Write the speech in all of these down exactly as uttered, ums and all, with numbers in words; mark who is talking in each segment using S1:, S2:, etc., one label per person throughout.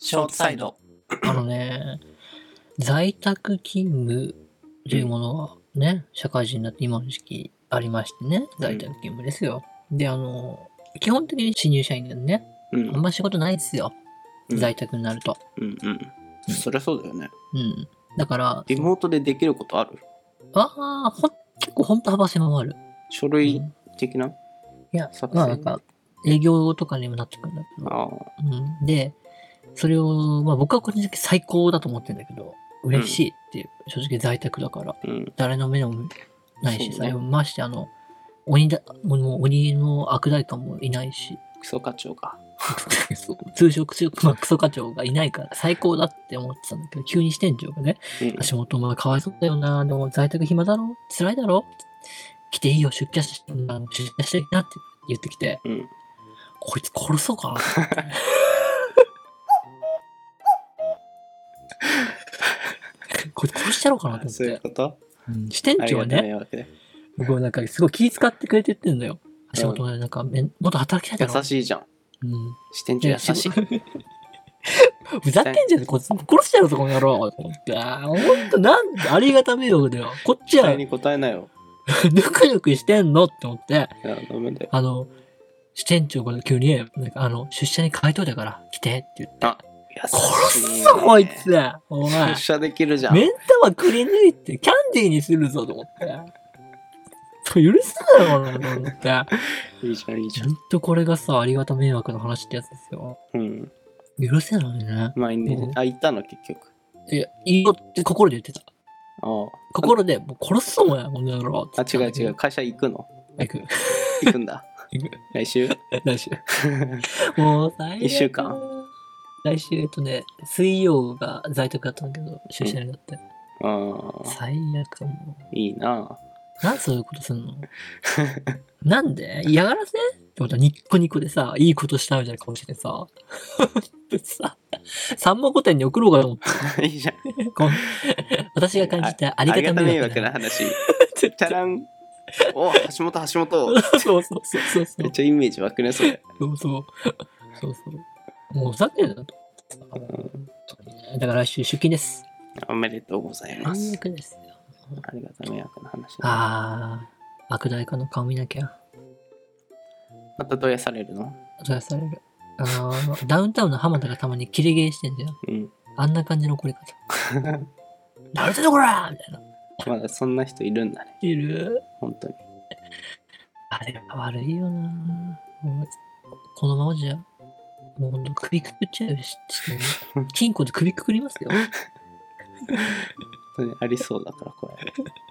S1: ショートサイド。
S2: あのね、在宅勤務というものはね、社会人になって今の時期ありましてね、在宅勤務ですよ。で、あの、基本的に新入社員なんでね、
S1: うん
S2: あんま仕事ないですよ。
S1: うん
S2: 在宅になると。
S1: うんうん。そりゃそうだよね。
S2: うん。だから、
S1: リモートでできることある？
S2: ああ、ほん、結構ほんと幅狭まる。
S1: 書類的な？
S2: いや
S1: 作、成
S2: まあなんか、営業とかにもなってくるんだけど。
S1: ああ。
S2: うん。で、それを、まあ僕は個人的に最高だと思ってるんだけど、嬉しいっていう、正直在宅だから。
S1: うん。
S2: 誰の目でもないしさ、
S1: そうね
S2: ましてあの、鬼だ、もう鬼の悪代官もいないし、
S1: クソ課長か。
S2: そう通称クソ、まあ、クソ課長がいないから最高だって思ってたんだけど、急に支店長がね、
S1: うん。
S2: 橋本お前かわいそうだよな、でも在宅暇だろ辛いだろ来ていいよ、出家し、あの出家してきなって言ってきて、
S1: うん。
S2: こいつ殺そうかなと思って。こいつ殺してやろうかなと思っ
S1: そういう
S2: て。
S1: こと？
S2: うん支店
S1: ありが
S2: 長はね、
S1: た迷惑で。
S2: 僕はなんかすごい気遣ってくれて言ってんだよ。橋本ね、なんかめん、もっと働きたいだろ。
S1: 優しいじゃん。
S2: うん。
S1: 支店長優しい。
S2: ふざけんじゃねえ、こいつ殺してやるぞ、この野郎。と思って。ああ、ほんと、なんで、ありがた迷惑だよ。こっちは
S1: 期待、に答えなよ。
S2: ぬくぬくしてんのって思って、
S1: いや、ダメだよ。
S2: あの、支店長が急に、なんかあの、出社に回答だから来てって言って。
S1: あ、優しいね。
S2: 殺すぞ、こいつお前
S1: 出。社できるじゃん。
S2: 目ん玉くり抜いて、キャンディーにするぞ、と思って。許せないもんな、と思って。
S1: いいじゃん、いいじゃん。
S2: ほんとこれがさ、ありがた迷惑の話ってやつですよ。
S1: うん。
S2: 許せないね。
S1: まあいいね。あ、行ったの、結局。
S2: いや、いいよって心で言ってた。
S1: あ
S2: 心で、もう殺すぞ、お前、この野郎。
S1: あ。あ、違う違う。会社行くの？
S2: 行く。
S1: 行くんだ。
S2: 行く。
S1: 来週？
S2: 来週。もう最悪。
S1: 一週間？
S2: 来週、えっとね、水曜が在宅だったんだけど、出社になって。
S1: ああ。
S2: 最悪だも
S1: いいな。
S2: う。なんでそういうことすんのなんで嫌がらせってことはニッコニコでさ、いいことしたみたいな顔してさ。でさ、さんま御殿に送ろうかと思って。
S1: いいじゃん。
S2: こん私が感じたありがた迷惑な
S1: な話。チャラン。お、橋本、橋本。
S2: そうそうそうそうそう。
S1: めっちゃイメージ湧くね、それ。
S2: そうそう。そうそう。もうふざけるなと。
S1: うん
S2: だから来週出勤です。
S1: おめでとうございます
S2: 最。悪ですよ。
S1: ありがた迷惑な話。
S2: ああ、悪大家の顔見なきゃ。
S1: またどやされるの？
S2: それはされる。あのー、ダウンタウンの浜田がたまにキレゲーしてんだよ。
S1: うん。
S2: あんな感じの怒り方。なるてんのこらみたいな。
S1: まだそんな人いるんだね。
S2: いる
S1: 本当に。
S2: あれは悪いよなもうこのままじゃ、もうほんと首くくっちゃうし、して金庫で首くくりますよ。
S1: 本当にありそうだから、これ。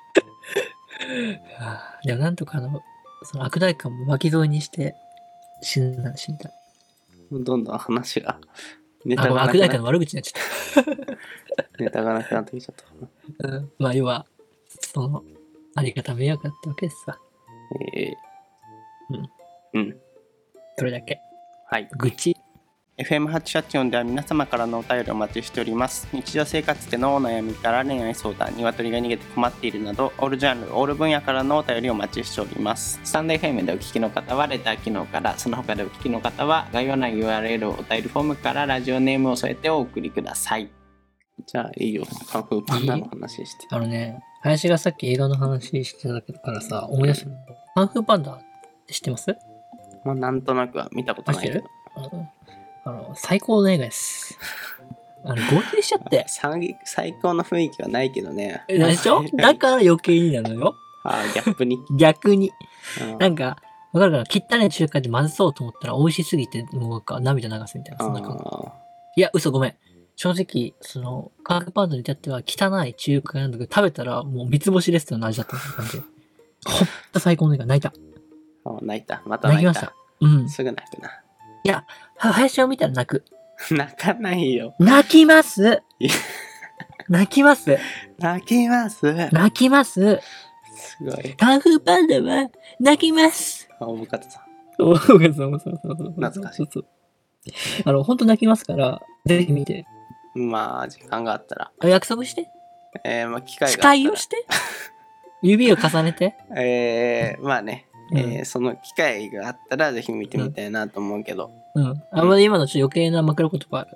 S2: はあでもなんとかあの、その悪大感も巻き添えにして死んだ、死んだ。
S1: どんどん話が、ネ
S2: あ、
S1: タ
S2: ごめん、
S1: がなくなっ
S2: 悪大感の悪口になっちゃっ
S1: ネタがなくなってきちゃった。
S2: た。うん。まあ、要は、その、ありがた迷惑だったわけですわ。
S1: ええ
S2: うん。
S1: うん。
S2: それだけ。
S1: はい。
S2: 愚痴。
S1: エフエムはちじゅうはち 音では皆様からのお便りをお待ちしております。日常生活でのお悩みから恋愛相談、鶏が逃げて困っているなど、オールジャンル、オール分野からのお便りをお待ちしております。
S3: スタンド エフエム でお聞きの方はレター機能から、その他でお聞きの方は概要欄 ユーアールエル お便りフォームからラジオネームを添えてお送りください。
S1: じゃあいいよ。カンフーパンダの話して。
S2: あのね、林がさっき映画の話してたからさ、思い出したの。カンフーパンダって知ってます
S1: まあなんとなくは見たことないけど。
S2: あの、あの最高の映画です。あの、号泣しちゃって。
S1: 最最高の雰囲気はないけどね。
S2: えでしょだから余計になのよ。
S1: ああ、ギャップに。
S2: 逆に。
S1: うん
S2: なんか、わかるかな汚い中華でまずそうと思ったら美味しすぎて、もうなんか涙流すみたいな。そんな感じ
S1: あ
S2: いや、嘘ごめん。正直、その、カークパンダに至っては汚い中華なんだけど、食べたらもう三つ星レストランの味だったみたいな感じ。ほんと最高の映画、泣いた。
S1: あ、泣いた。また泣いた。
S2: 泣きました。うん。
S1: すぐ泣くな。
S2: は林を見たら泣く。
S1: 泣かないよ。
S2: 泣きます
S1: いや
S2: 泣きます
S1: 泣きます。
S2: 泣きます
S1: すごい。
S2: カンフーパンダは泣きます
S1: あ、おぶかたさん。
S2: そうそうそうそうそうそう。
S1: 懐かしい
S2: そうそうあの、ほんと泣きますから、ぜひ見て。
S1: まあ、時間があったら。
S2: あ約束して。
S1: えー、まあ、機会があったら。
S2: 誓いをして。指を重ねて。
S1: えー、まあね。
S2: うん
S1: えーその機会があったらぜひ見てみたいなと思うけど。
S2: うん。あんまり今のちょっと余計な枕言葉ある。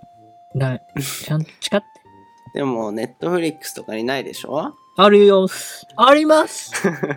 S2: ない。ちゃんと誓って。
S1: でも、ネットフリックスとかにないでしょ？
S2: あるよ。あります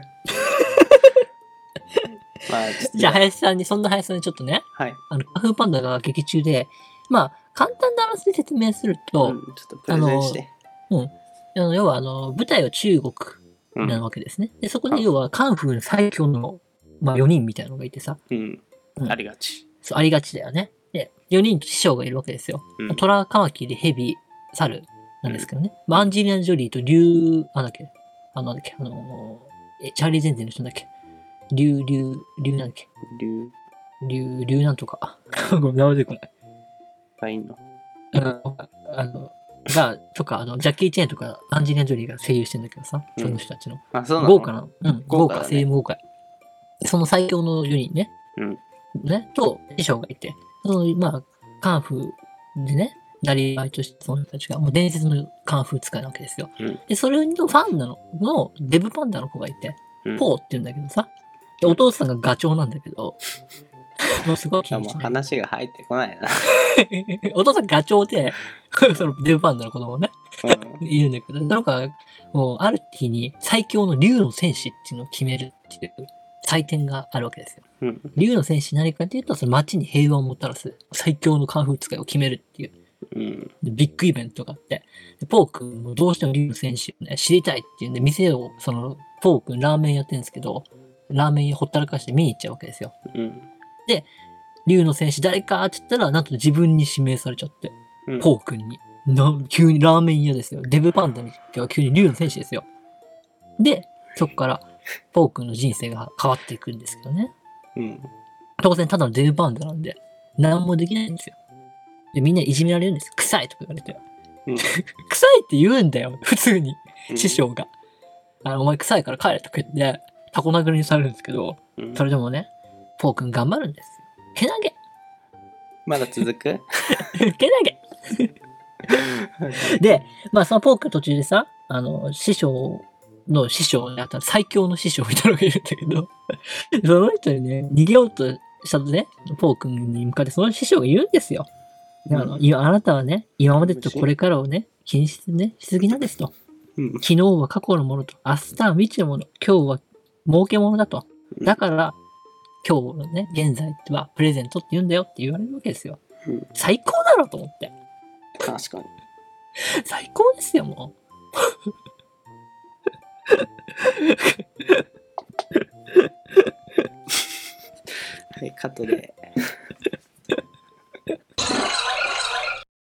S1: まあ、ちょっと
S2: じゃあ、林さんに、そんな林さんにちょっとね、
S1: はい。
S2: あの、カフーパンダが劇中で、まあ、簡単な話で説明すると、
S1: うん、ちょっとプレゼンして。
S2: うん。あの要は、あの、舞台は中国
S1: うん。
S2: なわけですね。で、そこに要は、カンフーの最強の、まあ、よにんみたいなのがいてさ、
S1: うん。
S2: うん
S1: ありがち。
S2: そう、ありがちだよね。で、よにん師匠がいるわけですよ。
S1: うん
S2: トラ、カマキリ、ヘビ、サルなんですけどね。まあ、アンジェリーナ・ジョリーとリュウ、あ、なんだっけ、あの、なんだっけ、あのー、え、チャーリー・ゼンゼンの人なんだっけ、リュウ、リュウ、リュウなんだっけ、
S1: 竜
S2: リュウ、リュウなんとか。ごめん、名前出てこない。
S1: がいいの。
S2: あの、あのが、とか、あの、ジャッキー・チェーンとか、アンジェリーナ・ジョリーが声優してんだけどさ、
S1: うん
S2: その人たちの。
S1: あ、そうなの？
S2: 豪華な、うん、豪華、
S1: 豪華だね
S2: 声優も豪華。その最強のよにんね、
S1: うん。
S2: ね、と、師匠がいて、その、まあ、カンフーでね、なりわいとしてその人たちが、もう伝説のカンフー使いなわけですよ。
S1: うん
S2: で、それのファンなの、のデブパンダの子がいて、
S1: うん。
S2: ポーって言うんだけどさ、でお父さんがガチョウなんだけど、もうすごい気
S1: あ、もう
S2: にしてね。
S1: 話が入ってこないな。
S2: お父さんガチョウで、そのデブパンダの子供ね、
S1: うん。
S2: いるんだけど、なんか、もう、ある日に最強の竜の戦士っていうのを決めるっていう祭典があるわけですよ。
S1: うん。
S2: 竜の戦士何かっていうと、その街に平和をもたらす最強のカンフー使いを決めるっていう
S1: うん。
S2: でビッグイベントがあって、でポー君もどうしても竜の戦士をね、知りたいっていうんで、店を、その、ポー君ラーメンやってるんですけど、ラーメン屋ほったらかして見に行っちゃうわけですよ。
S1: うん。
S2: 竜の戦士誰かって言ったら、なんと自分に指名されちゃって、
S1: うん。
S2: ポー君に。な急にラーメン屋ですよ。デブパンダには急に竜の戦士ですよ。で、そこから、ポー君の人生が変わっていくんですけどね。
S1: うん。
S2: 当然ただのデブパンダなんで、何もできないんですよ。で、みんないじめられるんです。臭いとか言われて。
S1: うん。
S2: 臭いって言うんだよ、普通に。師匠が。あの、お前臭いから帰れとか言って、タコ殴りにされるんですけど、
S1: うん。
S2: それでもね、ポー君頑張るんですよ。けなげ
S1: まだ続く？
S2: けなげで、まあそのポー君途中でさ、あの、師匠の師匠にあった最強の師匠みたいなのがいるんだけど、その人にね、逃げようとしたとね、ポー君に向かってその師匠が言うんですよ。あの、いやあなたはね、今までとこれからをね、気にし,、ね、しすぎなんですと。
S1: うん。
S2: 昨日は過去のものと、明日は未知のもの、今日は儲けものだと。だから、今日のね、現在はプレゼントって言うんだよって言われるわけですよ。
S1: うん。
S2: 最高だろと思って。
S1: 確かに。
S2: 最高ですよ、も
S1: はい、カットで。